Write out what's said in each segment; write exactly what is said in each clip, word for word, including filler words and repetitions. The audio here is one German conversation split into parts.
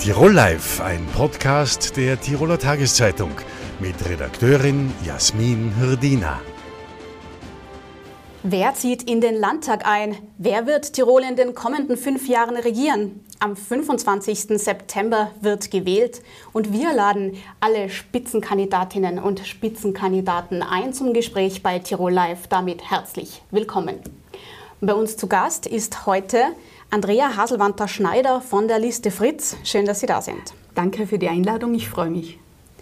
Tirol Live, ein Podcast der Tiroler Tageszeitung mit Redakteurin Jasmin Hirdina. Wer zieht in den Landtag ein? Wer wird Tirol in den kommenden fünf Jahren regieren? Am fünfundzwanzigsten September wird gewählt und wir laden alle Spitzenkandidatinnen und Spitzenkandidaten ein zum Gespräch bei Tirol Live. Damit herzlich willkommen. Bei uns zu Gast ist heute Andrea Haselwanter-Schneider von der Liste Fritz. Schön, dass Sie da sind. Danke für die Einladung, ich freue mich.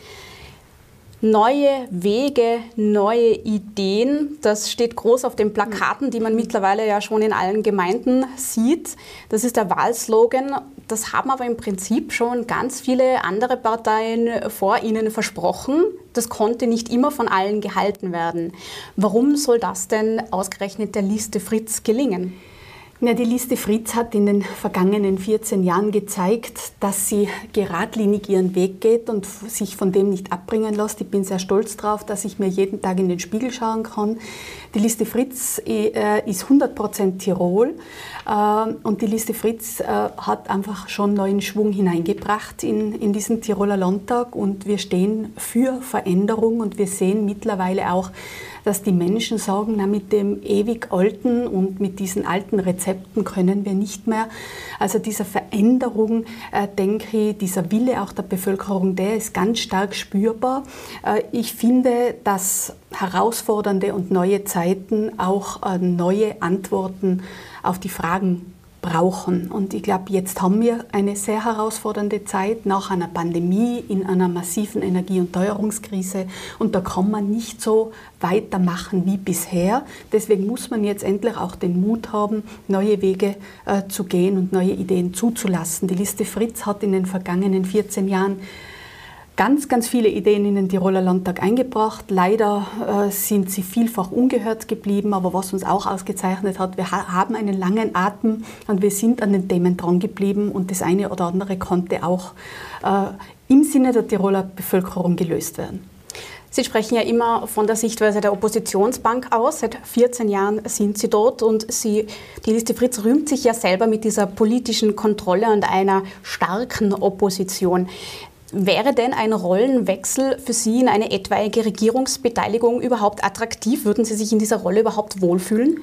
Neue Wege, neue Ideen, das steht groß auf den Plakaten, die man mittlerweile ja schon in allen Gemeinden sieht. Das ist der Wahlslogan. Das haben aber im Prinzip schon ganz viele andere Parteien vor Ihnen versprochen. Das konnte nicht immer von allen gehalten werden. Warum soll das denn ausgerechnet der Liste Fritz gelingen? Ja, die Liste Fritz hat in den vergangenen vierzehn Jahren gezeigt, dass sie geradlinig ihren Weg geht und sich von dem nicht abbringen lässt. Ich bin sehr stolz darauf, dass ich mir jeden Tag in den Spiegel schauen kann. Die Liste Fritz äh, ist hundert Prozent Tirol äh, und die Liste Fritz äh, hat einfach schon neuen Schwung hineingebracht in, in diesen Tiroler Landtag und wir stehen für Veränderung und wir sehen mittlerweile auch, dass die Menschen sagen, na, mit dem ewig alten und mit diesen alten Rezepten können wir nicht mehr. Also diese Veränderung, äh, denke ich, dieser Wille auch der Bevölkerung, der ist ganz stark spürbar. Äh, ich finde, dass herausfordernde und neue Zeiten auch äh, neue Antworten auf die Fragen brauchen. Und ich glaube, jetzt haben wir eine sehr herausfordernde Zeit nach einer Pandemie, in einer massiven Energie- und Teuerungskrise. Und da kann man nicht so weitermachen wie bisher. Deswegen muss man jetzt endlich auch den Mut haben, neue Wege äh, zu gehen und neue Ideen zuzulassen. Die Liste Fritz hat in den vergangenen vierzehn Jahren ganz, ganz viele Ideen in den Tiroler Landtag eingebracht. Leider äh, sind sie vielfach ungehört geblieben, aber was uns auch ausgezeichnet hat, wir ha- haben einen langen Atem und wir sind an den Themen dran geblieben und das eine oder andere konnte auch äh, im Sinne der Tiroler Bevölkerung gelöst werden. Sie sprechen ja immer von der Sichtweise der Oppositionsbank aus. Seit vierzehn Jahren sind Sie dort und Sie, die Liste Fritz rühmt sich ja selber mit dieser politischen Kontrolle und einer starken Opposition. Wäre denn ein Rollenwechsel für Sie in eine etwaige Regierungsbeteiligung überhaupt attraktiv? Würden Sie sich in dieser Rolle überhaupt wohlfühlen?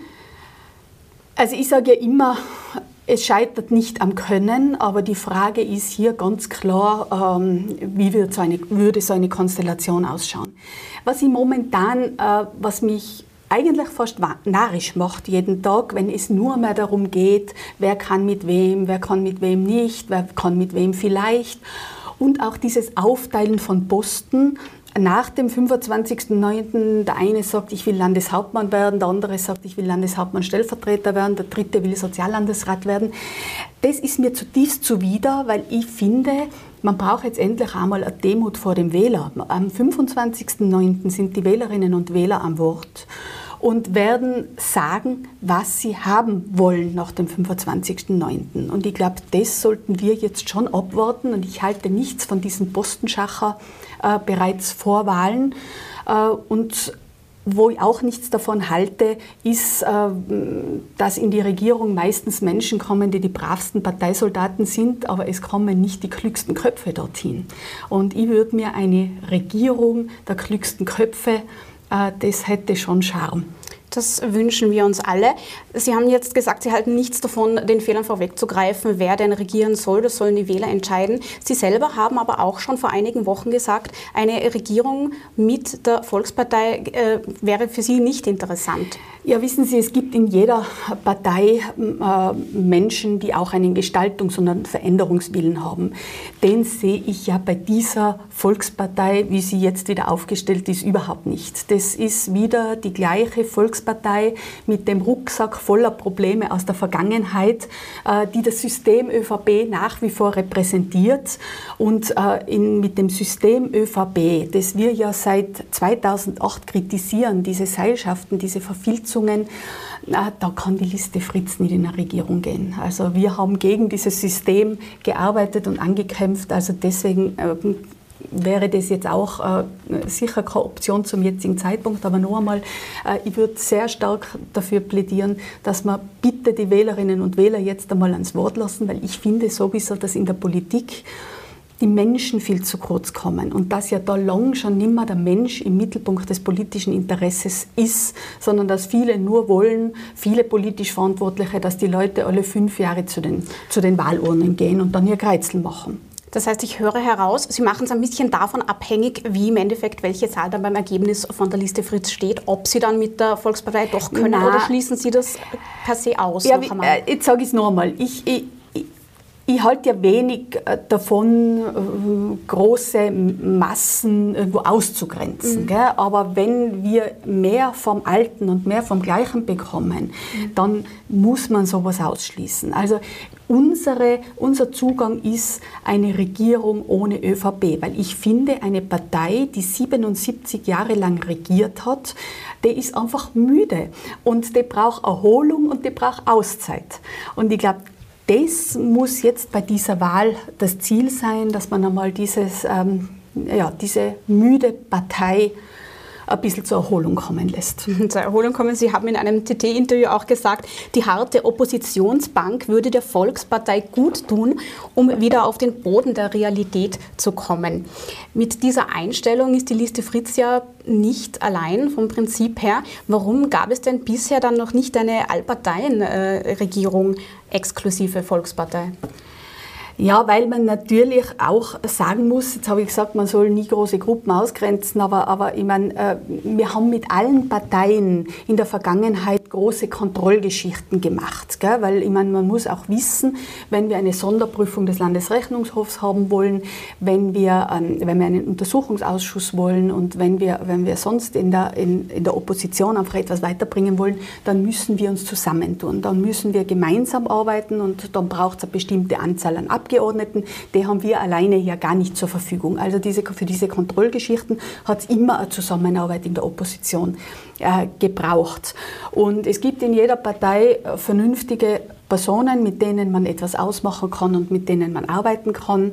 Also ich sage ja immer, es scheitert nicht am Können, aber die Frage ist hier ganz klar, ähm, wie wird so eine, würde so eine Konstellation ausschauen. Was ich momentan, äh, was mich eigentlich fast narrisch macht jeden Tag, wenn es nur mehr darum geht, wer kann mit wem, wer kann mit wem nicht, wer kann mit wem vielleicht. Und auch dieses Aufteilen von Posten nach dem fünfundzwanzigsten neunten Der eine sagt, ich will Landeshauptmann werden, der andere sagt, ich will Landeshauptmann-Stellvertreter werden, der dritte will Soziallandesrat werden. Das ist mir zutiefst zuwider, weil ich finde, man braucht jetzt endlich einmal eine Demut vor dem Wähler. Am fünfundzwanzigsten neunten sind die Wählerinnen und Wähler am Wort und werden sagen, was sie haben wollen nach dem fünfundzwanzigsten neunten Und ich glaube, das sollten wir jetzt schon abwarten. Und ich halte nichts von diesen Postenschacher äh, bereits vor Wahlen. Äh, und wo ich auch nichts davon halte, ist, äh, dass in die Regierung meistens Menschen kommen, die die bravsten Parteisoldaten sind, aber es kommen nicht die klügsten Köpfe dorthin. Und ich würde mir eine Regierung der klügsten Köpfe, das hätte schon Charme. Das wünschen wir uns alle. Sie haben jetzt gesagt, Sie halten nichts davon, den Fehlern vorwegzugreifen, wer denn regieren soll. Das sollen die Wähler entscheiden. Sie selber haben aber auch schon vor einigen Wochen gesagt, eine Regierung mit der Volkspartei äh, wäre für Sie nicht interessant. Ja, wissen Sie, es gibt in jeder Partei äh, Menschen, die auch einen Gestaltungs- und einen Veränderungswillen haben. Den sehe ich ja bei dieser Volkspartei, wie sie jetzt wieder aufgestellt ist, überhaupt nicht. Das ist wieder die gleiche Volkspartei mit dem Rucksack voller Probleme aus der Vergangenheit, äh, die das System ÖVP nach wie vor repräsentiert. Und äh, in, mit dem System ÖVP, das wir ja seit zweitausendacht kritisieren, diese Seilschaften, diese Verfilzungen, na, da kann die Liste Fritz nicht in eine Regierung gehen. Also wir haben gegen dieses System gearbeitet und angekämpft. Also deswegen äh, wäre das jetzt auch äh, sicher keine Option zum jetzigen Zeitpunkt. Aber noch einmal, äh, ich würde sehr stark dafür plädieren, dass man bitte die Wählerinnen und Wähler jetzt einmal ans Wort lassen, weil ich finde sowieso, dass in der Politik die Menschen viel zu kurz kommen und dass ja da lang schon nicht mehr der Mensch im Mittelpunkt des politischen Interesses ist, sondern dass viele nur wollen, viele politisch Verantwortliche, dass die Leute alle fünf Jahre zu den, zu den Wahlurnen gehen und dann ihr Kreuzel machen. Das heißt, ich höre heraus, Sie machen es ein bisschen davon abhängig, wie im Endeffekt welche Zahl dann beim Ergebnis von der Liste Fritz steht, ob Sie dann mit der Volkspartei doch können. Nein. Oder schließen Sie das per se aus? Ja, noch einmal? Wie, äh, jetzt sage ich es noch einmal. Ich, ich, Ich halte ja wenig davon, große Massen irgendwo auszugrenzen. Mhm. Gell? Aber wenn wir mehr vom Alten und mehr vom Gleichen bekommen, mhm. dann muss man sowas ausschließen. Also unsere, unser Zugang ist eine Regierung ohne ÖVP, weil ich finde, eine Partei, die siebenundsiebzig Jahre lang regiert hat, die ist einfach müde und die braucht Erholung und die braucht Auszeit. Und ich glaube, das muss jetzt bei dieser Wahl das Ziel sein, dass man einmal dieses, ähm, ja, diese müde Partei ein bisschen zur Erholung kommen lässt. Zur Erholung kommen. Sie haben in einem T T-Interview auch gesagt, die harte Oppositionsbank würde der Volkspartei gut tun, um wieder auf den Boden der Realität zu kommen. Mit dieser Einstellung ist die Liste Fritz ja nicht allein vom Prinzip her. Warum gab es denn bisher dann noch nicht eine Allparteienregierung exklusive Volkspartei? Ja, weil man natürlich auch sagen muss, jetzt habe ich gesagt, man soll nie große Gruppen ausgrenzen, aber, aber ich meine, äh, wir haben mit allen Parteien in der Vergangenheit große Kontrollgeschichten gemacht, gell? Weil ich meine, man muss auch wissen, wenn wir eine Sonderprüfung des Landesrechnungshofs haben wollen, wenn wir, ähm, wenn wir einen Untersuchungsausschuss wollen und wenn wir, wenn wir sonst in der, in, in der Opposition einfach etwas weiterbringen wollen, dann müssen wir uns zusammentun, dann müssen wir gemeinsam arbeiten und dann braucht es eine bestimmte Anzahl an Abgeordneten. Abgeordneten, die haben wir alleine ja gar nicht zur Verfügung. Also diese, für diese Kontrollgeschichten hat es immer eine Zusammenarbeit in der Opposition äh, gebraucht. Und es gibt in jeder Partei vernünftige Personen, mit denen man etwas ausmachen kann und mit denen man arbeiten kann.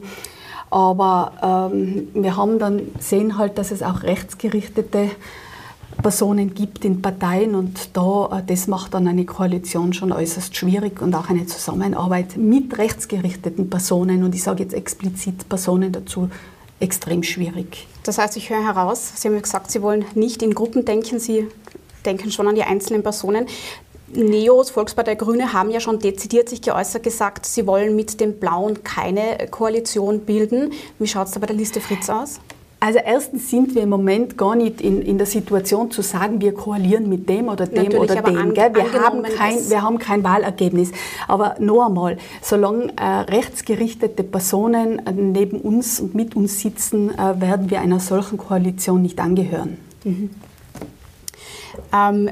Aber ähm, wir haben dann sehen halt, dass es auch rechtsgerichtete Personen gibt in Parteien und da, das macht dann eine Koalition schon äußerst schwierig und auch eine Zusammenarbeit mit rechtsgerichteten Personen, und ich sage jetzt explizit Personen dazu, extrem schwierig. Das heißt, ich höre heraus, Sie haben gesagt, Sie wollen nicht in Gruppen denken, Sie denken schon an die einzelnen Personen. Neos, Volkspartei Grüne, haben ja schon dezidiert sich geäußert gesagt, sie wollen mit den Blauen keine Koalition bilden. Wie schaut es da bei der Liste Fritz aus? Also erstens sind wir im Moment gar nicht in, in der Situation zu sagen, wir koalieren mit dem oder dem Natürlich, oder dem. An, wir, haben kein, wir haben kein Wahlergebnis. Aber noch einmal, solange äh, rechtsgerichtete Personen äh, neben uns und mit uns sitzen, äh, werden wir einer solchen Koalition nicht angehören. Mhm. Ähm,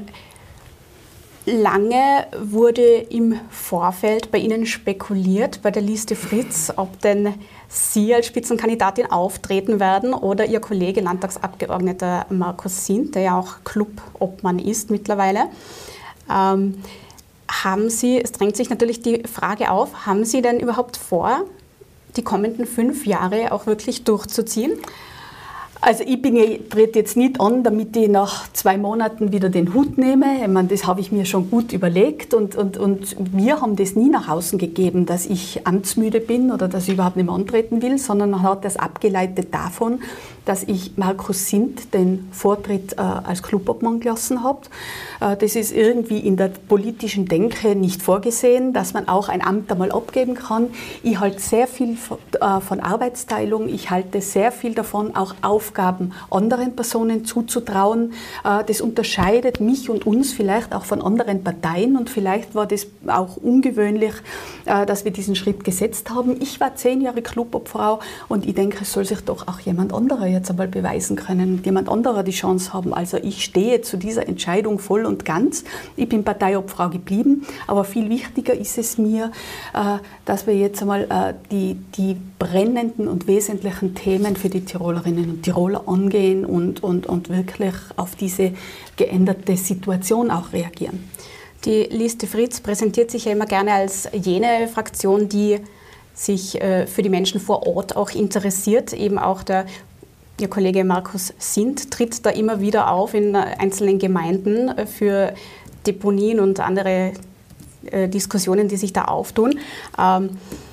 lange wurde im Vorfeld bei Ihnen spekuliert, bei der Liste Fritz, ob denn Sie als Spitzenkandidatin auftreten werden oder Ihr Kollege, Landtagsabgeordneter Markus Sint, der ja auch Clubobmann ist mittlerweile. Ähm, haben Sie, es drängt sich natürlich die Frage auf, haben Sie denn überhaupt vor, die kommenden fünf Jahre auch wirklich durchzuziehen? Also ich bin ja, trete jetzt nicht an, damit ich nach zwei Monaten wieder den Hut nehme. Ich meine, das habe ich mir schon gut überlegt und, und, und wir haben das nie nach außen gegeben, dass ich amtsmüde bin oder dass ich überhaupt nicht mehr antreten will, sondern man hat das abgeleitet davon, dass ich Markus Sint den Vortritt äh, als Clubobmann gelassen habe. Äh, das ist irgendwie in der politischen Denke nicht vorgesehen, dass man auch ein Amt einmal abgeben kann. Ich halte sehr viel von, äh, von Arbeitsteilung, ich halte sehr viel davon, auch Aufgaben anderen Personen zuzutrauen. Äh, das unterscheidet mich und uns vielleicht auch von anderen Parteien und vielleicht war das auch ungewöhnlich, äh, dass wir diesen Schritt gesetzt haben. Ich war zehn Jahre Clubobfrau und ich denke, es soll sich doch auch jemand anderer jetzt einmal beweisen können und jemand anderer die Chance haben. Also ich stehe zu dieser Entscheidung voll und ganz. Ich bin Parteiobfrau geblieben, aber viel wichtiger ist es mir, dass wir jetzt einmal die, die brennenden und wesentlichen Themen für die Tirolerinnen und Tiroler angehen und, und, und wirklich auf diese geänderte Situation auch reagieren. Die Liste Fritz präsentiert sich ja immer gerne als jene Fraktion, die sich für die Menschen vor Ort auch interessiert, eben auch der Ihr Kollege Markus Sindt tritt da immer wieder auf in einzelnen Gemeinden für Deponien und andere äh, Diskussionen, die sich da auftun. Ähm,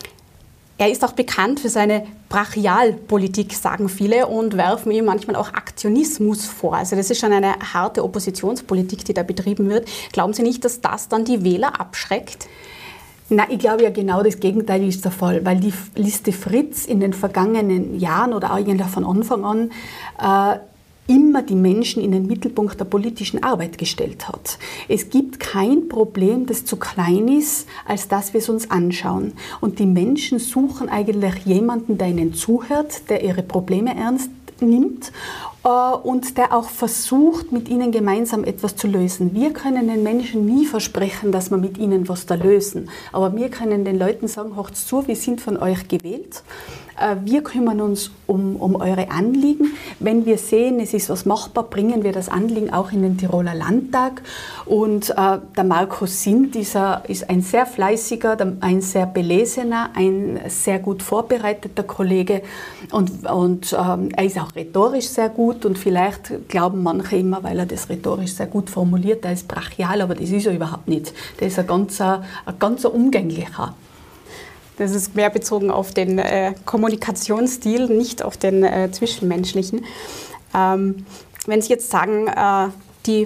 er ist auch bekannt für seine Brachialpolitik, sagen viele, und werfen ihm manchmal auch Aktionismus vor. Also das ist schon eine harte Oppositionspolitik, die da betrieben wird. Glauben Sie nicht, dass das dann die Wähler abschreckt? Na, ich glaube ja genau das Gegenteil ist der Fall, weil die Liste Fritz in den vergangenen Jahren oder eigentlich von Anfang an äh, immer die Menschen in den Mittelpunkt der politischen Arbeit gestellt hat. Es gibt kein Problem, das zu klein ist, als dass wir es uns anschauen. Und die Menschen suchen eigentlich jemanden, der ihnen zuhört, der ihre Probleme ernst nimmt und der auch versucht, mit ihnen gemeinsam etwas zu lösen. Wir können den Menschen nie versprechen, dass wir mit ihnen was da lösen. Aber wir können den Leuten sagen, hört zu, wir sind von euch gewählt. Wir kümmern uns um, um eure Anliegen. Wenn wir sehen, es ist was machbar, bringen wir das Anliegen auch in den Tiroler Landtag. Und äh, der Markus Sindt ist, a, ist ein sehr fleißiger, ein sehr belesener, ein sehr gut vorbereiteter Kollege. Und, und ähm, er ist auch rhetorisch sehr gut. Und vielleicht glauben manche immer, weil er das rhetorisch sehr gut formuliert, er ist brachial, aber das ist er überhaupt nicht. Der ist ein ganz, ein ganz umgänglicher. Das ist mehr bezogen auf den äh, Kommunikationsstil, nicht auf den äh, zwischenmenschlichen. Ähm, wenn Sie jetzt sagen, äh, die,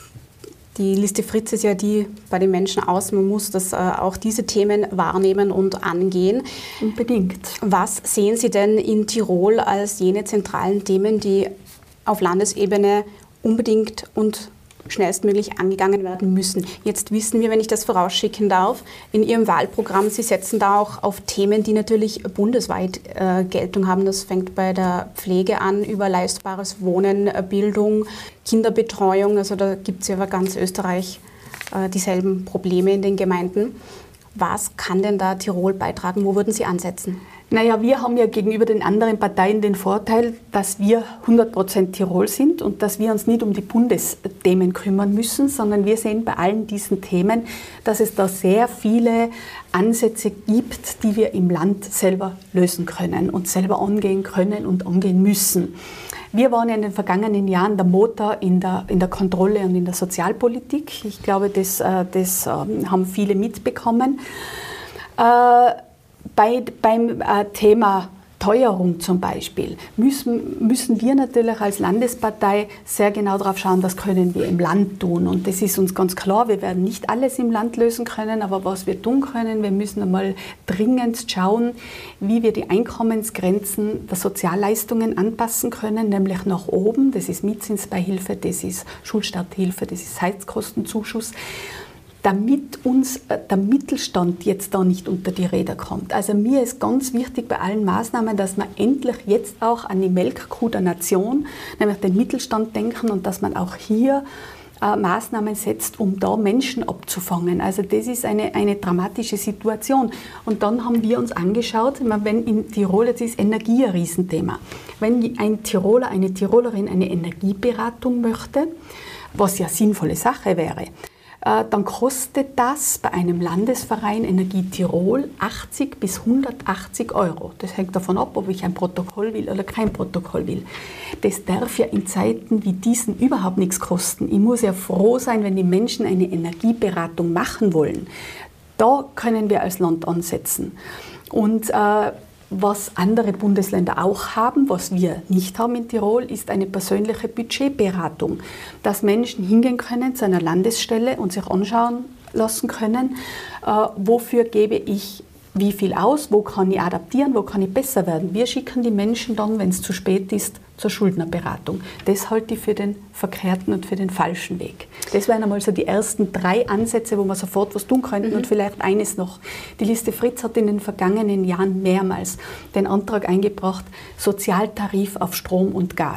die Liste Fritz ist ja die bei den Menschen aus, man muss das äh, auch diese Themen wahrnehmen und angehen. Unbedingt. Was sehen Sie denn in Tirol als jene zentralen Themen, die auf Landesebene unbedingt und schnellstmöglich angegangen werden müssen? Jetzt wissen wir, wenn ich das vorausschicken darf, in Ihrem Wahlprogramm, Sie setzen da auch auf Themen, die natürlich bundesweit äh, Geltung haben. Das fängt bei der Pflege an, über leistbares Wohnen, Bildung, Kinderbetreuung. Also da gibt es ja über ganz Österreich äh, dieselben Probleme in den Gemeinden. Was kann denn da Tirol beitragen? Wo würden Sie ansetzen? Naja, wir haben ja gegenüber den anderen Parteien den Vorteil, dass wir hundert Prozent Tirol sind und dass wir uns nicht um die Bundesthemen kümmern müssen, sondern wir sehen bei allen diesen Themen, dass es da sehr viele Ansätze gibt, die wir im Land selber lösen können und selber angehen können und angehen müssen. Wir waren ja in den vergangenen Jahren der Motor in der, in der Kontrolle und in der Sozialpolitik. Ich glaube, das, das haben viele mitbekommen. Bei, beim Thema Teuerung zum Beispiel müssen, müssen wir natürlich als Landespartei sehr genau darauf schauen, was können wir im Land tun. Und das ist uns ganz klar, wir werden nicht alles im Land lösen können, aber was wir tun können, wir müssen einmal dringend schauen, wie wir die Einkommensgrenzen der Sozialleistungen anpassen können, nämlich nach oben. Das ist Mietzinsbeihilfe, das ist Schulstarthilfe, das ist Heizkostenzuschuss, damit uns der Mittelstand jetzt da nicht unter die Räder kommt. Also mir ist ganz wichtig bei allen Maßnahmen, dass man endlich jetzt auch an die Melkkuh der Nation, nämlich den Mittelstand denken und dass man auch hier äh, Maßnahmen setzt, um da Menschen abzufangen. Also das ist eine, eine dramatische Situation. Und dann haben wir uns angeschaut, wenn in Tirol, jetzt ist Energie ein Riesenthema, wenn ein Tiroler, eine Tirolerin eine Energieberatung möchte, was ja sinnvolle Sache wäre, dann kostet das bei einem Landesverein Energie Tirol achtzig bis hundertachtzig Euro. Das hängt davon ab, ob ich ein Protokoll will oder kein Protokoll will. Das darf ja in Zeiten wie diesen überhaupt nichts kosten. Ich muss ja froh sein, wenn die Menschen eine Energieberatung machen wollen. Da können wir als Land ansetzen. Und äh, was andere Bundesländer auch haben, was wir nicht haben in Tirol, ist eine persönliche Budgetberatung, dass Menschen hingehen können zu einer Landesstelle und sich anschauen lassen können, äh, wofür gebe ich wie viel aus, wo kann ich adaptieren, wo kann ich besser werden. Wir schicken die Menschen dann, wenn es zu spät ist, zur Schuldnerberatung. Das halte ich für den verkehrten und für den falschen Weg. Das wären einmal so die ersten drei Ansätze, wo wir sofort was tun könnten. Mhm. Und vielleicht eines noch. Die Liste Fritz hat in den vergangenen Jahren mehrmals den Antrag eingebracht, Sozialtarif auf Strom und Gas.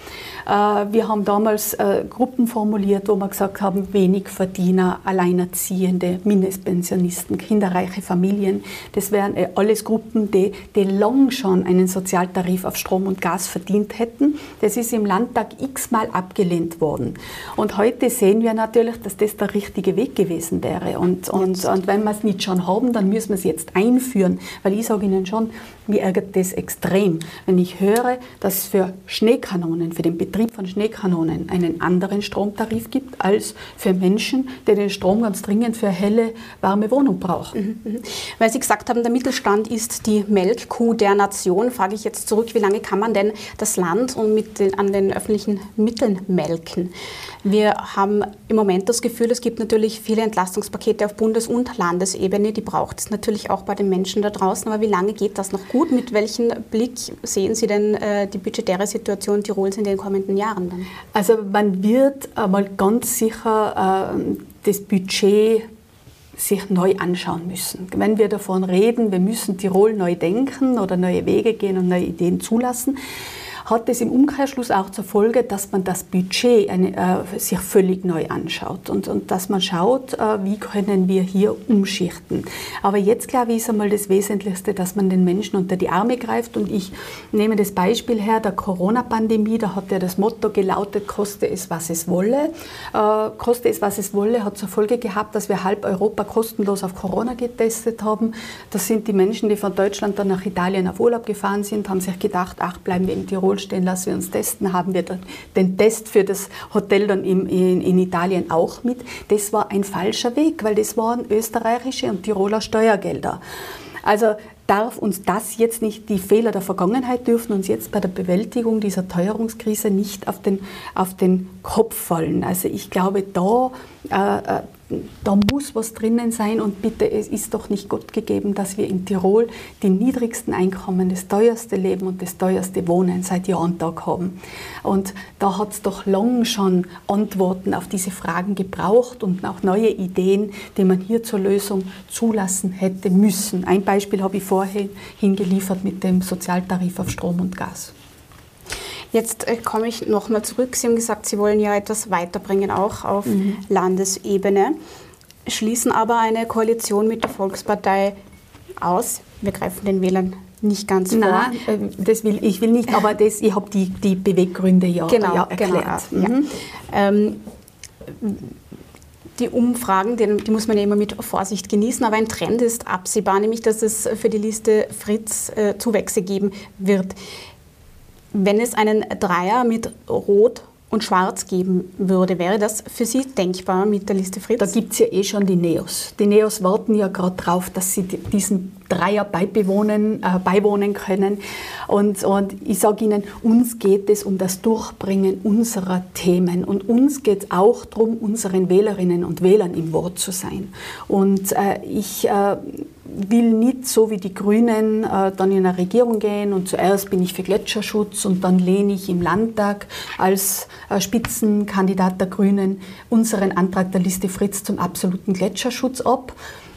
Wir haben damals Gruppen formuliert, wo wir gesagt haben, Wenigverdiener, Alleinerziehende, Mindestpensionisten, kinderreiche Familien. Das wären alles Gruppen, die, die lang schon einen Sozialtarif auf Strom und Gas verdient hätten. Das ist im Landtag x-mal abgelehnt worden. Und heute sehen wir natürlich, dass das der richtige Weg gewesen wäre. Und, und, und wenn wir es nicht schon haben, dann müssen wir es jetzt einführen. Weil ich sage Ihnen schon, mir ärgert das extrem, wenn ich höre, dass es für Schneekanonen, für den Betrieb von Schneekanonen einen anderen Stromtarif gibt, als für Menschen, die den Strom ganz dringend für eine helle, warme Wohnung brauchen. Mhm. Weil Sie gesagt haben, der Mittelstand ist die Melkkuh der Nation, frage ich jetzt zurück, wie lange kann man denn das Land und mit den, an den öffentlichen Mitteln melken? Wir haben im Moment das Gefühl, es gibt natürlich viele Entlastungspakete auf Bundes- und Landesebene, die braucht es natürlich auch bei den Menschen da draußen, aber wie lange geht das noch gut? Mit welchem Blick sehen Sie denn äh, die budgetäre Situation Tirols in den kommenden Jahren dann? Also man wird einmal ganz sicher äh, das Budget sich neu anschauen müssen. Wenn wir davon reden, wir müssen Tirol neu denken oder neue Wege gehen und neue Ideen zulassen, hat das im Umkehrschluss auch zur Folge, dass man das Budget eine, äh, sich völlig neu anschaut und, und dass man schaut, äh, wie können wir hier umschichten. Aber jetzt, glaube ich, ist einmal das Wesentlichste, dass man den Menschen unter die Arme greift. Und ich nehme das Beispiel her der Corona-Pandemie, da hat ja das Motto gelautet, koste es, was es wolle. Äh, koste es, was es wolle, hat zur Folge gehabt, dass wir halb Europa kostenlos auf Corona getestet haben. Das sind die Menschen, die von Deutschland dann nach Italien auf Urlaub gefahren sind, haben sich gedacht, ach, bleiben wir in Tirol stehen, lassen wir uns testen, haben wir dann den Test für das Hotel dann in, in, in Italien auch mit. Das war ein falscher Weg, weil das waren österreichische und Tiroler Steuergelder. Also darf uns das jetzt nicht, die Fehler der Vergangenheit dürfen uns jetzt bei der Bewältigung dieser Teuerungskrise nicht auf den, auf den Kopf fallen. Also ich glaube, da, äh, da muss was drinnen sein und bitte, es ist doch nicht Gott gegeben, dass wir in Tirol die niedrigsten Einkommen, das teuerste Leben und das teuerste Wohnen seit Jahr und Tag haben. Und da hat es doch lang schon Antworten auf diese Fragen gebraucht und auch neue Ideen, die man hier zur Lösung zulassen hätte müssen. Ein Beispiel habe ich vorhin geliefert mit dem Sozialtarif auf Strom und Gas. Jetzt äh, komme ich nochmal zurück. Sie haben gesagt, Sie wollen ja etwas weiterbringen, auch auf mhm. Landesebene, schließen aber eine Koalition mit der Volkspartei aus. Wir greifen den Wählern nicht ganz vor. Nein, das will, ich will nicht, aber das, ich habe die, die Beweggründe ja, genau, ja erklärt. Genau, mhm. ja. ähm, Die Umfragen, die, die muss man ja immer mit Vorsicht genießen, aber ein Trend ist absehbar, nämlich dass es für die Liste Fritz äh, Zuwächse geben wird. Wenn es einen Dreier mit Rot und Schwarz geben würde, wäre das für Sie denkbar mit der Liste Fritz? Da gibt es ja eh schon die Neos. Die Neos warten ja gerade darauf, dass sie diesen Dreier beibewohnen, äh, beiwohnen können. Und, und ich sage Ihnen, uns geht es um das Durchbringen unserer Themen. Und uns geht es auch darum, unseren Wählerinnen und Wählern im Wort zu sein. Und äh, ich äh, will nicht so wie die Grünen äh, dann in eine Regierung gehen und zuerst bin ich für Gletscherschutz und dann lehne ich im Landtag als äh, Spitzenkandidat der Grünen unseren Antrag der Liste Fritz zum absoluten Gletscherschutz ab.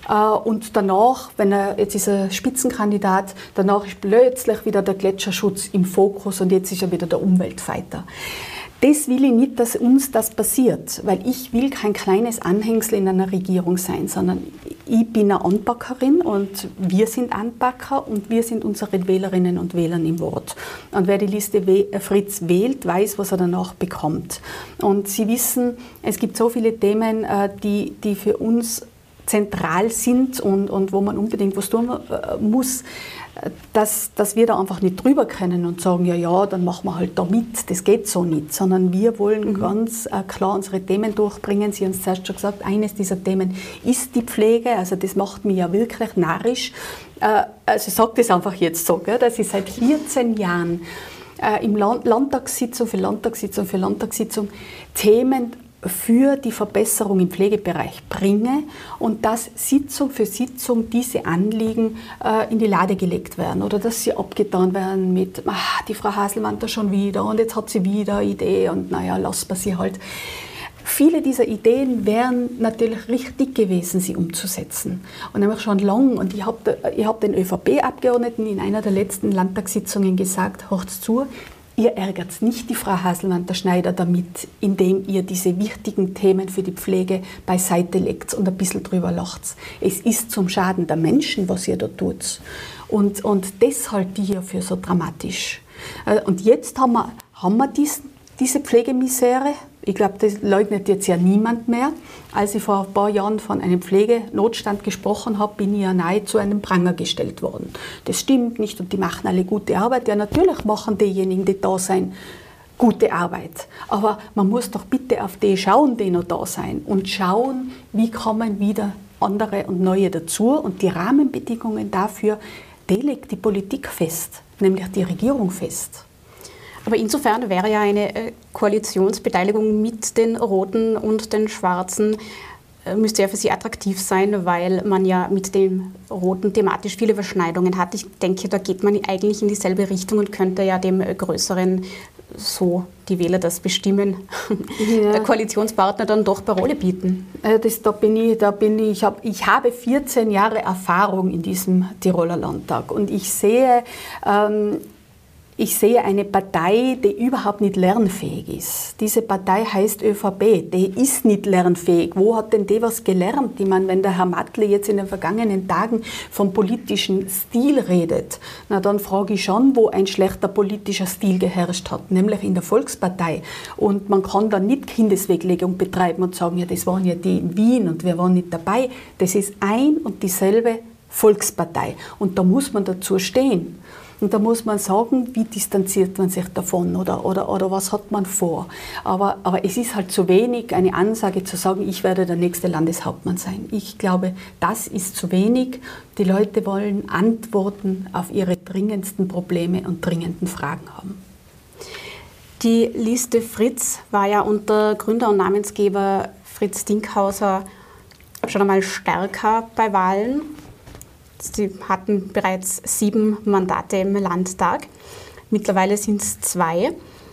Und danach, wenn er, jetzt ist er Spitzenkandidat, danach ist plötzlich wieder der Gletscherschutz im Fokus und jetzt ist er wieder der Umweltfighter. Das will ich nicht, dass uns das passiert, weil ich will kein kleines Anhängsel in einer Regierung sein, sondern ich bin eine Anpackerin und wir sind Anpacker und wir sind unseren Wählerinnen und Wählern im Wort. Und wer die Liste Fritz wählt, weiß, was er danach bekommt. Und Sie wissen, es gibt so viele Themen, die, die für uns zentral sind und, und wo man unbedingt was tun äh, muss, dass, dass wir da einfach nicht drüber können und sagen, ja, ja, dann machen wir halt da mit, das geht so nicht, sondern wir wollen mhm. ganz äh, klar unsere Themen durchbringen. Sie haben es zuerst schon gesagt, eines dieser Themen ist die Pflege, also das macht mich ja wirklich narrisch. Äh, also ich sage das einfach jetzt so, gell, dass ich seit vierzehn Jahren äh, im Land Landtagssitzung für Landtagssitzung für Landtagssitzung Themen für die Verbesserung im Pflegebereich bringe und dass Sitzung für Sitzung diese Anliegen äh, in die Lade gelegt werden oder dass sie abgetan werden mit, ah, die Frau Haselmann da schon wieder und jetzt hat sie wieder eine Idee und naja, lassen wir sie halt. Viele dieser Ideen wären natürlich richtig gewesen, sie umzusetzen. Und nämlich schon lang. Und ich habe ich hab den ÖVP-Abgeordneten in einer der letzten Landtagssitzungen gesagt, hört's zu, Ihr ärgert nicht die Frau Haselmann-Schneider damit, indem ihr diese wichtigen Themen für die Pflege beiseite legt und ein bisschen drüber lacht. Es ist zum Schaden der Menschen, was ihr da tut. Und, und das halte ich hier für so dramatisch. Und jetzt haben wir, haben wir dies, diese Pflegemisere. Ich glaube, das leugnet jetzt ja niemand mehr. Als ich vor ein paar Jahren von einem Pflegenotstand gesprochen habe, bin ich ja nahe zu einem Pranger gestellt worden. Das stimmt nicht und die machen alle gute Arbeit. Ja, natürlich machen diejenigen, die da sind, gute Arbeit. Aber man muss doch bitte auf die schauen, die noch da sind und schauen, wie kommen wieder andere und neue dazu. Und die Rahmenbedingungen dafür, die legt die Politik fest, nämlich die Regierung fest. Aber insofern wäre ja eine Koalitionsbeteiligung mit den Roten und den Schwarzen, müsste ja für Sie attraktiv sein, weil man ja mit den Roten thematisch viele Überschneidungen hat. Ich denke, da geht man eigentlich in dieselbe Richtung und könnte ja dem größeren, so die Wähler das bestimmen, ja. Koalitionspartner dann doch Parole bieten. Das, da bin ich, da bin ich, ich, hab, ich habe vierzehn Jahre Erfahrung in diesem Tiroler Landtag und ich sehe, ähm, Ich sehe eine Partei, die überhaupt nicht lernfähig ist. Diese Partei heißt ÖVP, die ist nicht lernfähig. Wo hat denn die was gelernt? Ich meine, wenn der Herr Mattli jetzt in den vergangenen Tagen vom politischen Stil redet, na dann frage ich schon, wo ein schlechter politischer Stil geherrscht hat, nämlich in der Volkspartei. Und man kann da nicht Kindesweglegung betreiben und sagen, ja, das waren ja die in Wien und wir waren nicht dabei. Das ist ein und dieselbe Volkspartei. Und da muss man dazu stehen. Und da muss man sagen, wie distanziert man sich davon oder, oder, oder was hat man vor. Aber, aber es ist halt zu wenig, eine Ansage zu sagen, ich werde der nächste Landeshauptmann sein. Ich glaube, das ist zu wenig. Die Leute wollen Antworten auf ihre dringendsten Probleme und dringenden Fragen haben. Die Liste Fritz war ja unter Gründer und Namensgeber Fritz Dinkhauser schon einmal stärker bei Wahlen. Sie hatten bereits sieben Mandate im Landtag. Mittlerweile sind es zwei.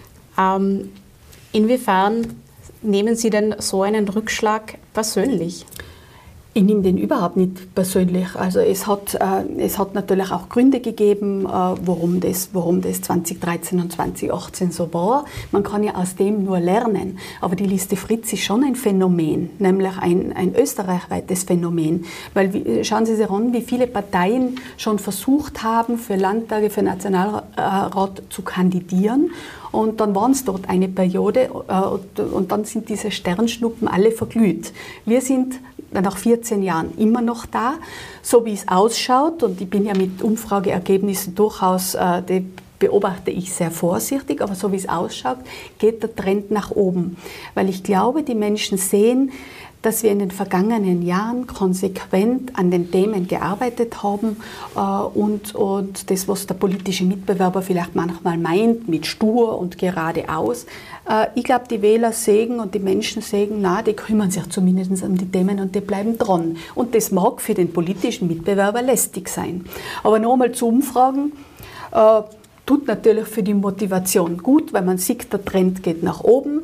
Ähm, inwiefern nehmen Sie denn so einen Rückschlag persönlich? Ich nehme den überhaupt nicht persönlich. Also es hat, äh, es hat natürlich auch Gründe gegeben, äh, warum, das, warum das zwanzig dreizehn und zwanzig achtzehn so war. Man kann ja aus dem nur lernen. Aber die Liste Fritz ist schon ein Phänomen, nämlich ein, ein österreichweites Phänomen. Weil wie, schauen Sie sich an, wie viele Parteien schon versucht haben, für Landtage, für Nationalrat zu kandidieren. Und dann waren es dort eine Periode äh, und dann sind diese Sternschnuppen alle verglüht. Wir sind nach vierzehn Jahren immer noch da, so wie es ausschaut. Und ich bin ja mit Umfrageergebnissen durchaus, äh, die beobachte ich sehr vorsichtig, aber so wie es ausschaut, geht der Trend nach oben. Weil ich glaube, die Menschen sehen, dass wir in den vergangenen Jahren konsequent an den Themen gearbeitet haben äh, und, und das, was der politische Mitbewerber vielleicht manchmal meint, mit stur und geradeaus. Äh, ich glaube, die Wähler sehen und die Menschen sehen, na, die kümmern sich zumindest um die Themen und die bleiben dran. Und das mag für den politischen Mitbewerber lästig sein. Aber nochmal zu Umfragen. Äh, tut natürlich für die Motivation gut, weil man sieht, der Trend geht nach oben.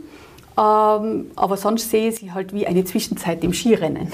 Ähm, aber sonst sehe ich sie halt wie eine Zwischenzeit im Skirennen.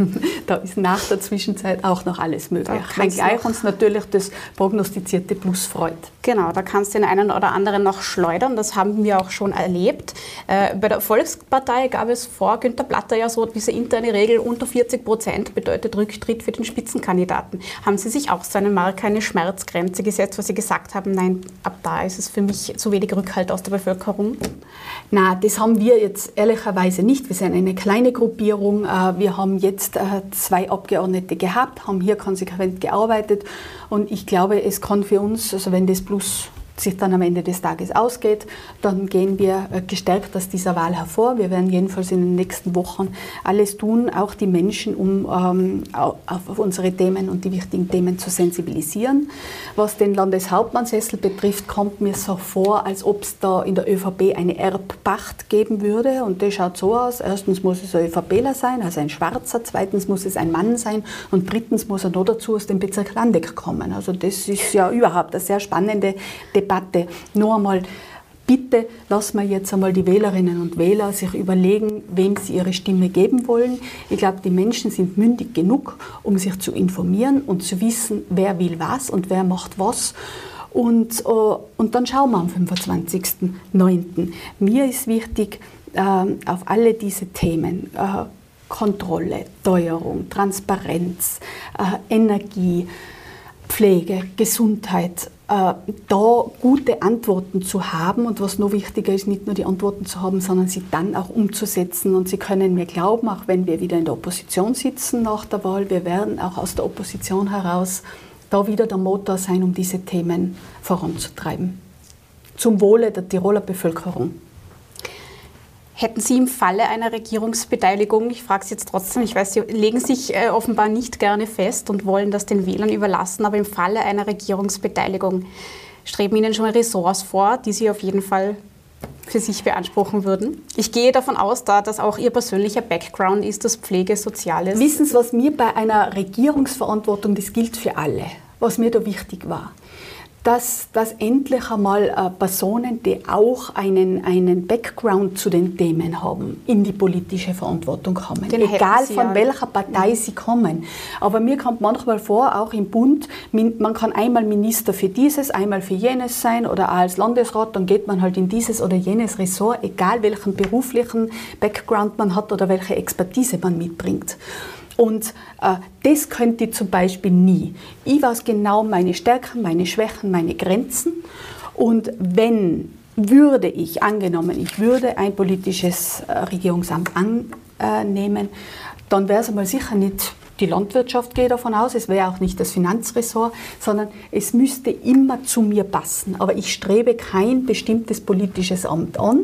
Da ist nach der Zwischenzeit auch noch alles möglich. Wenngleich uns natürlich das prognostizierte Plus freut. Genau, da kannst du den einen oder anderen noch schleudern. Das haben wir auch schon erlebt. Äh, bei der Volkspartei gab es vor Günther Platter ja so diese interne Regel, unter vierzig Prozent bedeutet Rücktritt für den Spitzenkandidaten. Haben Sie sich auch so eine Marke, eine Schmerzgrenze gesetzt, wo Sie gesagt haben, nein, ab da ist es für mich zu wenig Rückhalt aus der Bevölkerung? Na, das haben wir jetzt ehrlicherweise nicht. Wir sind eine kleine Gruppierung. Wir haben jetzt zwei Abgeordnete gehabt, haben hier konsequent gearbeitet und ich glaube, es kann für uns, also wenn das Plus sich dann am Ende des Tages ausgeht, dann gehen wir gestärkt aus dieser Wahl hervor. Wir werden jedenfalls in den nächsten Wochen alles tun, auch die Menschen, um ähm, auf unsere Themen und die wichtigen Themen zu sensibilisieren. Was den Landeshauptmannsessel betrifft, kommt mir so vor, als ob es da in der ÖVP eine Erbpacht geben würde. Und das schaut so aus. Erstens muss es ein ÖVPler sein, also ein Schwarzer. Zweitens muss es ein Mann sein. Und drittens muss er noch dazu aus dem Bezirk Landeck kommen. Also das ist ja überhaupt eine sehr spannende Debatte. Debatte. Nur einmal, bitte lassen wir jetzt einmal die Wählerinnen und Wähler sich überlegen, wem sie ihre Stimme geben wollen. Ich glaube, die Menschen sind mündig genug, um sich zu informieren und zu wissen, wer will was und wer macht was. und, uh, und dann schauen wir am fünfundzwanzigsten neunten Mir ist wichtig, uh, auf alle diese Themen, uh, Kontrolle, Teuerung, Transparenz, uh, Energie, Pflege, Gesundheit, äh, da gute Antworten zu haben und was noch wichtiger ist, nicht nur die Antworten zu haben, sondern sie dann auch umzusetzen. Und Sie können mir glauben, auch wenn wir wieder in der Opposition sitzen nach der Wahl, wir werden auch aus der Opposition heraus da wieder der Motor sein, um diese Themen voranzutreiben. Zum Wohle der Tiroler Bevölkerung. Hätten Sie im Falle einer Regierungsbeteiligung, ich frage Sie jetzt trotzdem, ich weiß, Sie legen sich äh, offenbar nicht gerne fest und wollen das den Wählern überlassen, aber im Falle einer Regierungsbeteiligung streben Ihnen schon Ressorts vor, die Sie auf jeden Fall für sich beanspruchen würden? Ich gehe davon aus, da das auch Ihr persönlicher Background ist, das Pflege, Soziales. Wissen Sie, was mir bei einer Regierungsverantwortung, das gilt für alle, was mir da wichtig war? Dass, dass endlich einmal äh, Personen, die auch einen, einen Background zu den Themen haben, in die politische Verantwortung kommen. Den egal von ja. welcher Partei mhm. sie kommen. Aber mir kommt manchmal vor, auch im Bund, man kann einmal Minister für dieses, einmal für jenes sein oder auch als Landesrat, dann geht man halt in dieses oder jenes Ressort, egal welchen beruflichen Background man hat oder welche Expertise man mitbringt. Und äh, das könnte ich zum Beispiel nie. Ich weiß genau meine Stärken, meine Schwächen, meine Grenzen. Und wenn, würde ich, angenommen, ich würde ein politisches äh, Regierungsamt annehmen, dann wäre es einmal sicher nicht die Landwirtschaft, gehe ich davon aus, es wäre auch nicht das Finanzressort, sondern es müsste immer zu mir passen. Aber ich strebe kein bestimmtes politisches Amt an.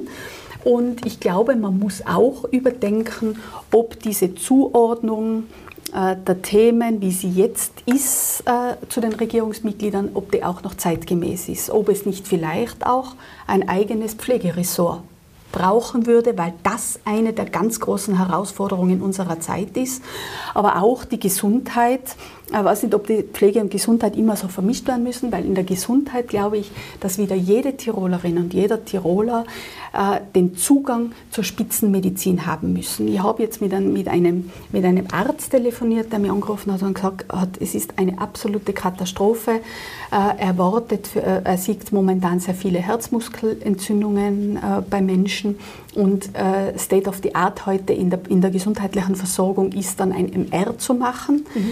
Und ich glaube, man muss auch überdenken, ob diese Zuordnung äh, der Themen, wie sie jetzt ist, äh, zu den Regierungsmitgliedern, ob die auch noch zeitgemäß ist. Ob es nicht vielleicht auch ein eigenes Pflegeressort brauchen würde, weil das eine der ganz großen Herausforderungen unserer Zeit ist. Aber auch die Gesundheit. Ich weiß nicht, ob die Pflege und Gesundheit immer so vermischt werden müssen, weil in der Gesundheit glaube ich, dass wieder jede Tirolerin und jeder Tiroler äh, den Zugang zur Spitzenmedizin haben müssen. Ich habe jetzt mit einem, mit, einem, mit einem Arzt telefoniert, der mich angerufen hat und gesagt hat, es ist eine absolute Katastrophe. Äh, er wartet, für, äh, er sieht momentan sehr viele Herzmuskelentzündungen äh, bei Menschen und äh, State of the Art heute in der, in der gesundheitlichen Versorgung ist dann ein M R zu machen. Mhm.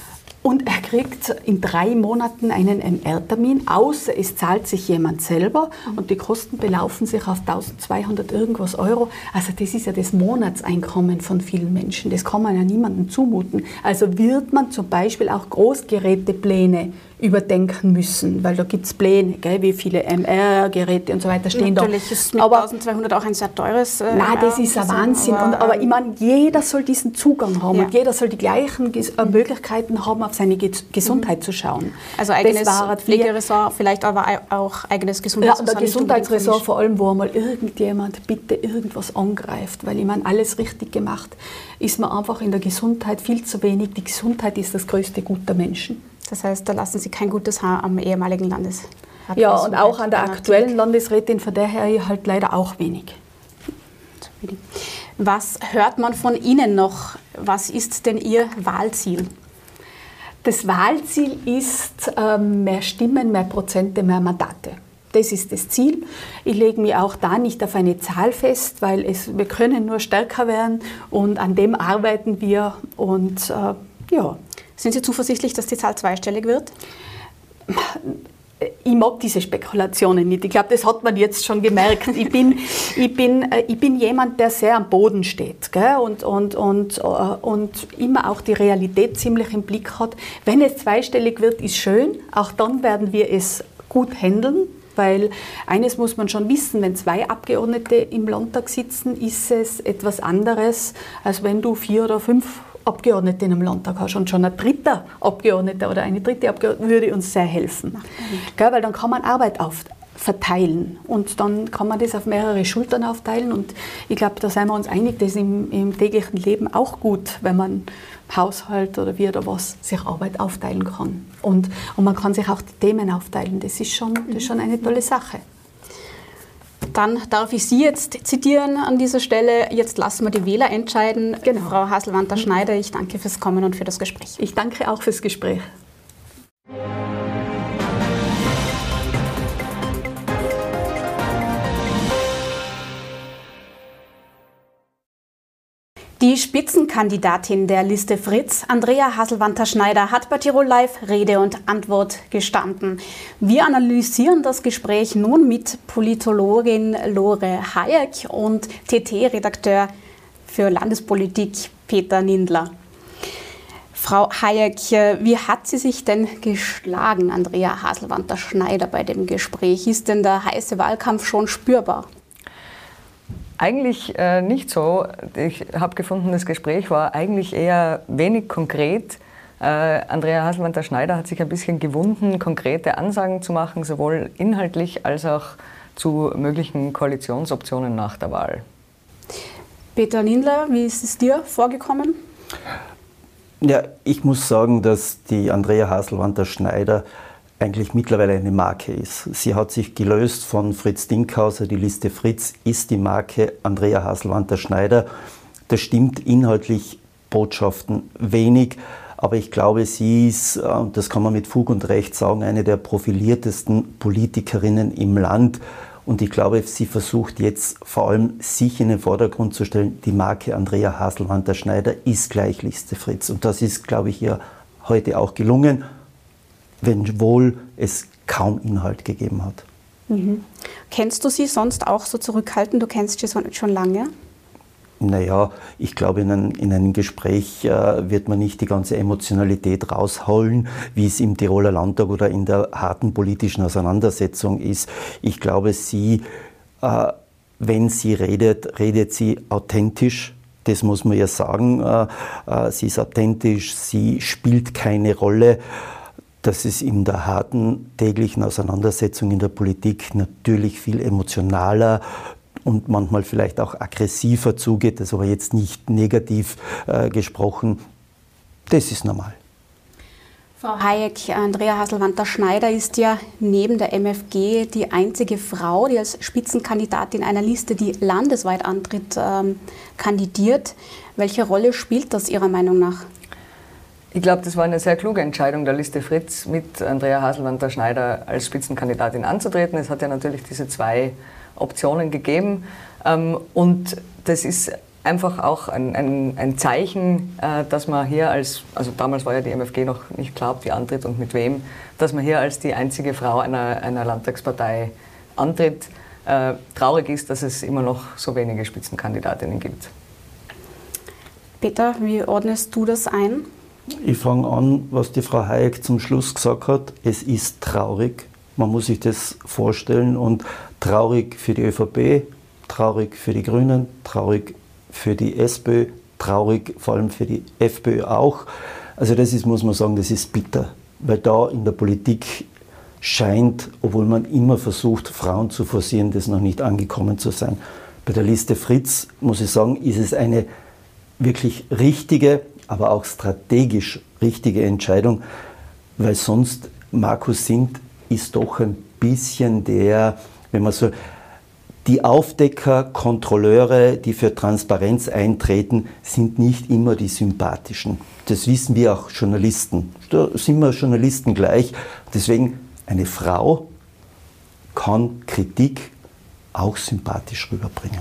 Und er kriegt in drei Monaten einen M R-Termin, außer es zahlt sich jemand selber und die Kosten belaufen sich auf eintausendzweihundert irgendwas Euro. Also das ist ja das Monatseinkommen von vielen Menschen. Das kann man ja niemandem zumuten. Also wird man zum Beispiel auch Großgerätepläne überdenken müssen, weil da gibt es Pläne, gell, wie viele M R-Geräte und so weiter stehen da. Natürlich ist mit eintausendzweihundert auch ein sehr teures äh, Nein, das ist ein Wahnsinn. Aber, und, aber ich meine, jeder soll diesen Zugang haben ja. und jeder soll die gleichen Ges- äh, Möglichkeiten haben, auf seine Ge- Gesundheit mhm. zu schauen. Also eigenes Pflegeressort, vielleicht aber auch eigenes Gesundheitsressort. Ja, und ein Gesundheitsressort vor allem, wo einmal irgendjemand bitte irgendwas angreift, weil ich meine, alles richtig gemacht, ist man einfach in der Gesundheit viel zu wenig. Die Gesundheit ist das größte Gut der Menschen. Das heißt, da lassen Sie kein gutes Haar am ehemaligen Landesrat. Ja, und auch an der aktuellen Landesrätin, von daher halt leider auch wenig. Was hört man von Ihnen noch? Was ist denn Ihr Wahlziel? Das Wahlziel ist ähm, mehr Stimmen, mehr Prozente, mehr Mandate. Das ist das Ziel. Ich lege mich auch da nicht auf eine Zahl fest, weil es, wir können nur stärker werden und an dem arbeiten wir. Und äh, ja. Sind Sie zuversichtlich, dass die Zahl zweistellig wird? Ich mag diese Spekulationen nicht. Ich glaube, das hat man jetzt schon gemerkt. Ich bin, ich bin, ich bin jemand, der sehr am Boden steht, gell? Und, und, und, und immer auch die Realität ziemlich im Blick hat. Wenn es zweistellig wird, ist schön. Auch dann werden wir es gut handeln. Weil eines muss man schon wissen, wenn zwei Abgeordnete im Landtag sitzen, ist es etwas anderes, als wenn du vier oder fünf Abgeordnete in einem Landtag hast. Und schon ein dritter Abgeordneter oder eine dritte Abgeordnete würde uns sehr helfen. Mhm. Gell, weil dann kann man Arbeit auf, verteilen und dann kann man das auf mehrere Schultern aufteilen. Und ich glaube, da sind wir uns einig, das ist im, im täglichen Leben auch gut, wenn man im Haushalt oder wie oder was sich Arbeit aufteilen kann. Und, und man kann sich auch die Themen aufteilen. Das ist schon, das ist schon eine tolle Sache. Dann darf ich Sie jetzt zitieren an dieser Stelle. Jetzt lassen wir die Wähler entscheiden. Genau. Frau Hasselwanter-Schneider, ich danke fürs Kommen und für das Gespräch. Ich danke auch fürs Gespräch. Die Spitzenkandidatin der Liste Fritz, Andrea Hasselwanter-Schneider, hat bei Tirol Live Rede und Antwort gestanden. Wir analysieren das Gespräch nun mit Politologin Lore Hayek und T T-Redakteur für Landespolitik Peter Nindler. Frau Hayek, wie hat sie sich denn geschlagen, Andrea Hasselwanter-Schneider, bei dem Gespräch? Ist denn der heiße Wahlkampf schon spürbar? Eigentlich äh, nicht so. Ich habe gefunden, das Gespräch war eigentlich eher wenig konkret. Äh, Andrea Hasselwanter-Schneider hat sich ein bisschen gewunden, konkrete Ansagen zu machen, sowohl inhaltlich als auch zu möglichen Koalitionsoptionen nach der Wahl. Peter Nindler, wie ist es dir vorgekommen? Ja, ich muss sagen, dass die Andrea Hasselwanter-Schneider eigentlich mittlerweile eine Marke ist. Sie hat sich gelöst von Fritz Dinkhauser. Die Liste Fritz ist die Marke Andrea Hasselwanter-Schneider. Das stimmt inhaltlich, Botschaften wenig, aber ich glaube, sie ist, und das kann man mit Fug und Recht sagen, eine der profiliertesten Politikerinnen im Land. Und ich glaube, sie versucht jetzt vor allem, sich in den Vordergrund zu stellen. Die Marke Andrea Hasselwanter-Schneider ist gleich Liste Fritz. Und das ist, glaube ich, ihr heute auch gelungen, wenn wohl es kaum Inhalt gegeben hat. Mhm. Kennst du sie sonst auch so zurückhaltend? Du kennst sie schon lange? Naja, ich glaube, in, ein, in einem Gespräch äh, wird man nicht die ganze Emotionalität rausholen, wie es im Tiroler Landtag oder in der harten politischen Auseinandersetzung ist. Ich glaube, sie, äh, wenn sie redet, redet sie authentisch. Das muss man ja sagen. Äh, äh, sie ist authentisch, sie spielt keine Rolle. Dass es in der harten täglichen Auseinandersetzung in der Politik natürlich viel emotionaler und manchmal vielleicht auch aggressiver zugeht, das aber jetzt nicht negativ äh, gesprochen, das ist normal. Frau Hayek, Andrea Hasselwanter-Schneider ist ja neben der M F G die einzige Frau, die als Spitzenkandidatin einer Liste, die landesweit antritt, ähm, kandidiert. Welche Rolle spielt das Ihrer Meinung nach? Ich glaube, das war eine sehr kluge Entscheidung der Liste Fritz, mit Andrea Hasselwanter-Schneider als Spitzenkandidatin anzutreten. Es hat ja natürlich diese zwei Optionen gegeben. Und das ist einfach auch ein, ein, ein Zeichen, dass man hier als, also damals war ja die M F G noch nicht klar, ob die antritt und mit wem, dass man hier als die einzige Frau einer, einer Landtagspartei antritt. Traurig ist, dass es immer noch so wenige Spitzenkandidatinnen gibt. Peter, wie ordnest du das ein? Ich fange an, was die Frau Hayek zum Schluss gesagt hat. Es ist traurig, man muss sich das vorstellen, und traurig für die ÖVP, traurig für die Grünen, traurig für die SPÖ, traurig vor allem für die FPÖ auch. Also das ist, muss man sagen, das ist bitter, weil da in der Politik scheint, obwohl man immer versucht, Frauen zu forcieren, das noch nicht angekommen zu sein. Bei der Liste Fritz, muss ich sagen, ist es eine wirklich richtige, aber auch strategisch richtige Entscheidung, weil sonst Markus Sindt ist doch ein bisschen der, wenn man so, die Aufdecker, Kontrolleure, die für Transparenz eintreten, sind nicht immer die sympathischen. Das wissen wir auch Journalisten. Da sind wir Journalisten gleich. Deswegen, eine Frau kann Kritik auch sympathisch rüberbringen.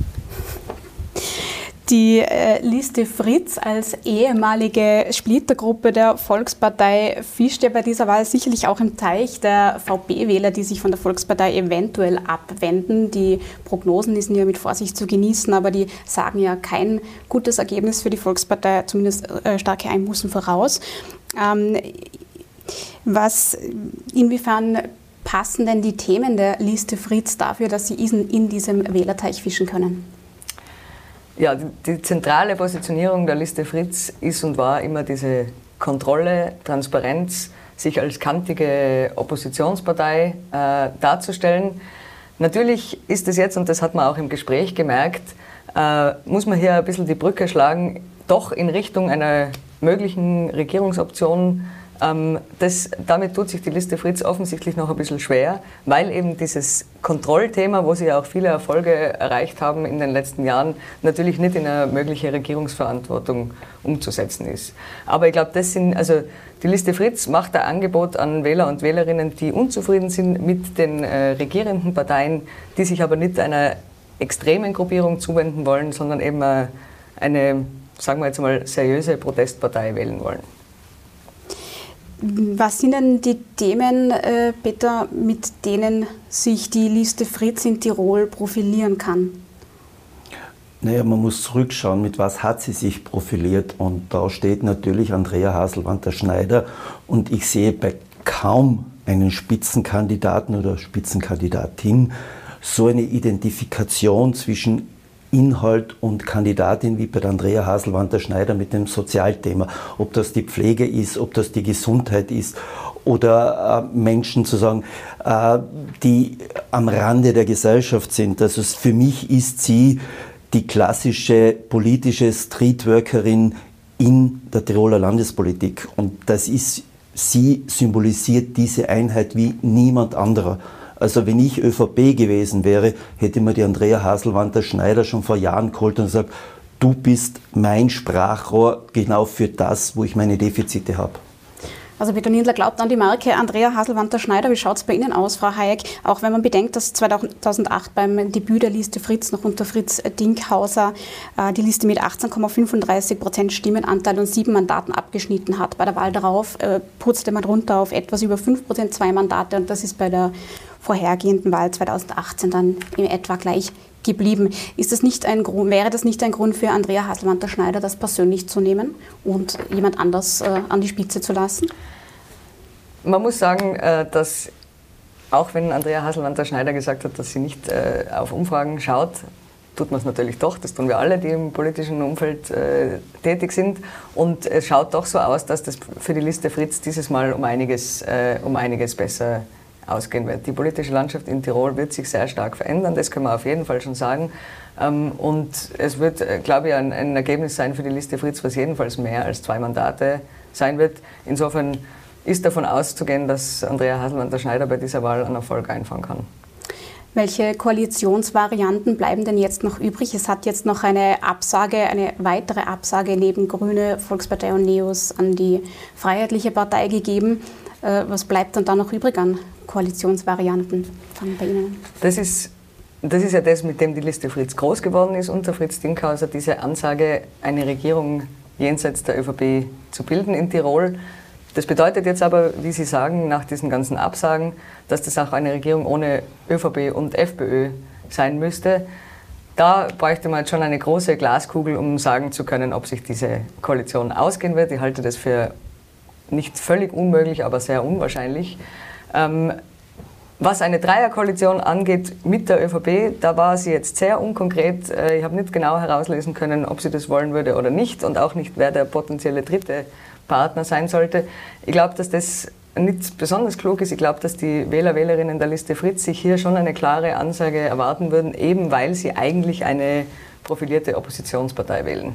Die äh, Liste Fritz als ehemalige Splittergruppe der Volkspartei fischt ja bei dieser Wahl sicherlich auch im Teich der VP-Wähler, die sich von der Volkspartei eventuell abwenden. Die Prognosen sind ja mit Vorsicht zu genießen, aber die sagen ja kein gutes Ergebnis für die Volkspartei, zumindest äh, starke Einbußen voraus. Ähm, was, inwiefern passen denn die Themen der Liste Fritz dafür, dass sie in, in diesem Wählerteich fischen können? Ja, die, die zentrale Positionierung der Liste Fritz ist und war immer diese Kontrolle, Transparenz, sich als kantige Oppositionspartei äh, darzustellen. Natürlich ist es jetzt, und das hat man auch im Gespräch gemerkt, äh, muss man hier ein bisschen die Brücke schlagen, doch in Richtung einer möglichen Regierungsoption. Ähm, das, damit tut sich die Liste Fritz offensichtlich noch ein bisschen schwer, weil eben dieses Kontrollthema, wo sie ja auch viele Erfolge erreicht haben in den letzten Jahren, natürlich nicht in eine mögliche Regierungsverantwortung umzusetzen ist. Aber ich glaube, das sind, also die Liste Fritz macht ein Angebot an Wähler und Wählerinnen, die unzufrieden sind mit den äh, regierenden Parteien, die sich aber nicht einer extremen Gruppierung zuwenden wollen, sondern eben äh, eine sagen wir jetzt mal, seriöse Protestpartei wählen wollen. Was sind denn die Themen, äh, Peter, mit denen sich die Liste Fritz in Tirol profilieren kann? Naja, man muss zurückschauen, mit was hat sie sich profiliert. Und da steht natürlich Andrea Hasselwanter-Schneider. Und ich sehe bei kaum einen Spitzenkandidaten oder Spitzenkandidatin so eine Identifikation zwischen Inhalt und Kandidatin wie bei der Andrea Hasselwanter-Schneider mit dem Sozialthema. Ob das die Pflege ist, ob das die Gesundheit ist oder äh, Menschen zu sagen, äh, die am Rande der Gesellschaft sind. Also für mich ist sie die klassische politische Streetworkerin in der Tiroler Landespolitik. Und das ist, sie symbolisiert diese Einheit wie niemand anderer. Also wenn ich ÖVP gewesen wäre, hätte mir die Andrea Hasselwanter-Schneider schon vor Jahren geholt und gesagt, du bist mein Sprachrohr genau für das, wo ich meine Defizite habe. Also Peter Nindler glaubt an die Marke Andrea Hasselwanter-Schneider. Wie schaut es bei Ihnen aus, Frau Hayek? Auch wenn man bedenkt, dass zweitausendacht beim Debüt der Liste Fritz noch unter Fritz Dinkhauser äh, die Liste mit achtzehn Komma fünfunddreißig Prozent Stimmenanteil und sieben Mandaten abgeschnitten hat. Bei der Wahl darauf äh, purzte man runter auf etwas über fünf Prozent, zwei Mandate, und das ist bei der vorhergehenden Wahl zweitausendachtzehn dann in etwa gleich geblieben. Ist das nicht ein Grund, wäre das nicht ein Grund für Andrea Hasselwanter-Schneider, das persönlich zu nehmen und jemand anders äh, an die Spitze zu lassen? Man muss sagen, äh, dass auch wenn Andrea Hasselwanter-Schneider gesagt hat, dass sie nicht äh, auf Umfragen schaut, tut man es natürlich doch. Das tun wir alle, die im politischen Umfeld äh, tätig sind. Und es schaut doch so aus, dass das für die Liste Fritz dieses Mal um einiges, äh, um einiges besser ausgehen wird. Die politische Landschaft in Tirol wird sich sehr stark verändern, das können wir auf jeden Fall schon sagen. Und es wird, glaube ich, ein, ein Ergebnis sein für die Liste Fritz, was jedenfalls mehr als zwei Mandate sein wird. Insofern ist davon auszugehen, dass Andrea Hasselwanter-Schneider bei dieser Wahl einen Erfolg einfahren kann. Welche Koalitionsvarianten bleiben denn jetzt noch übrig? Es hat jetzt noch eine Absage, eine weitere Absage neben Grüne, Volkspartei und Neos an die Freiheitliche Partei gegeben. Was bleibt dann da noch übrig an Koalitionsvarianten? Fangen bei Ihnen an. Das ist, das ist ja das, mit dem die Liste Fritz groß geworden ist, unter Fritz Dinkhauser, diese Ansage, eine Regierung jenseits der ÖVP zu bilden in Tirol. Das bedeutet jetzt aber, wie Sie sagen, nach diesen ganzen Absagen, dass das auch eine Regierung ohne ÖVP und FPÖ sein müsste. Da bräuchte man jetzt schon eine große Glaskugel, um sagen zu können, ob sich diese Koalition ausgehen wird. Ich halte das für nicht völlig unmöglich, aber sehr unwahrscheinlich. Ähm, was eine Dreierkoalition angeht mit der ÖVP, da war sie jetzt sehr unkonkret. Äh, ich habe nicht genau herauslesen können, ob sie das wollen würde oder nicht und auch nicht, wer der potenzielle dritte Partner sein sollte. Ich glaube, dass das nicht besonders klug ist. Ich glaube, dass die Wähler, Wählerinnen der Liste Fritz sich hier schon eine klare Ansage erwarten würden, eben weil sie eigentlich eine profilierte Oppositionspartei wählen.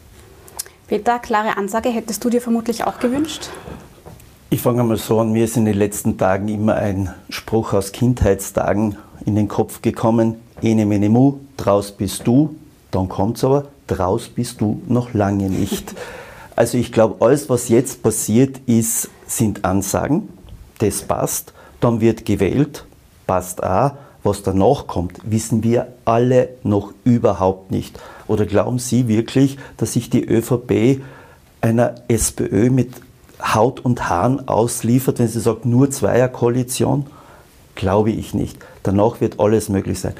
Peter, klare Ansage hättest du dir vermutlich auch gewünscht? Ich fange einmal so an, mir ist in den letzten Tagen immer ein Spruch aus Kindheitstagen in den Kopf gekommen. Ene mene mu, draus bist du, dann kommt's aber, draus bist du noch lange nicht. Also ich glaube, alles, was jetzt passiert ist, sind Ansagen, das passt, dann wird gewählt, passt auch. Was danach kommt, wissen wir alle noch überhaupt nicht. Oder glauben Sie wirklich, dass sich die ÖVP einer SPÖ mit Haut und Haaren ausliefert, wenn sie sagt, nur Zweierkoalition? Glaube ich nicht. Danach wird alles möglich sein.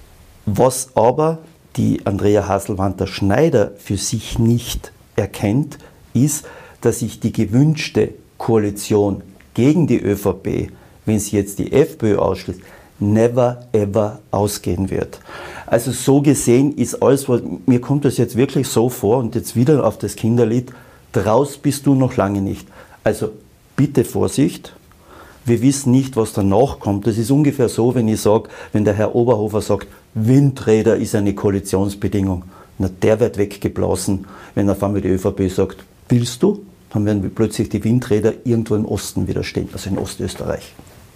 Was aber die Andrea Hasselwanter-Schneider für sich nicht erkennt, ist, dass sich die gewünschte Koalition gegen die ÖVP, wenn sie jetzt die FPÖ ausschließt, never ever ausgehen wird. Also so gesehen ist alles, mir kommt das jetzt wirklich so vor und jetzt wieder auf das Kinderlied, draus bist du noch lange nicht. Also bitte Vorsicht, wir wissen nicht, was danach kommt. Das ist ungefähr so, wenn ich sage, wenn der Herr Oberhofer sagt, Windräder ist eine Koalitionsbedingung. Na, der wird weggeblasen, wenn auf einmal die ÖVP sagt, willst du? Dann werden plötzlich die Windräder irgendwo im Osten wieder stehen, also in Ostösterreich.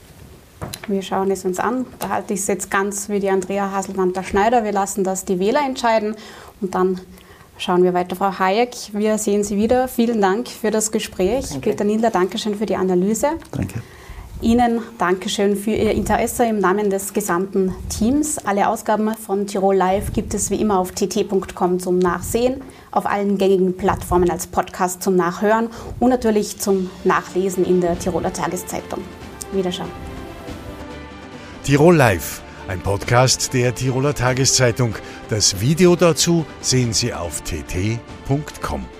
Wir schauen es uns an. Da halte ich es jetzt ganz wie die Andrea Hasselwanter-Schneider. Wir lassen das die Wähler entscheiden und dann schauen wir weiter. Frau Hayek, wir sehen Sie wieder. Vielen Dank für das Gespräch. Danke. Peter Nindler, danke schön für die Analyse. Danke. Ihnen Dankeschön für Ihr Interesse im Namen des gesamten Teams. Alle Ausgaben von Tirol Live gibt es wie immer auf t t punkt com zum Nachsehen, auf allen gängigen Plattformen als Podcast zum Nachhören und natürlich zum Nachlesen in der Tiroler Tageszeitung. Wiederschauen. Tirol Live, ein Podcast der Tiroler Tageszeitung. Das Video dazu sehen Sie auf t t punkt com.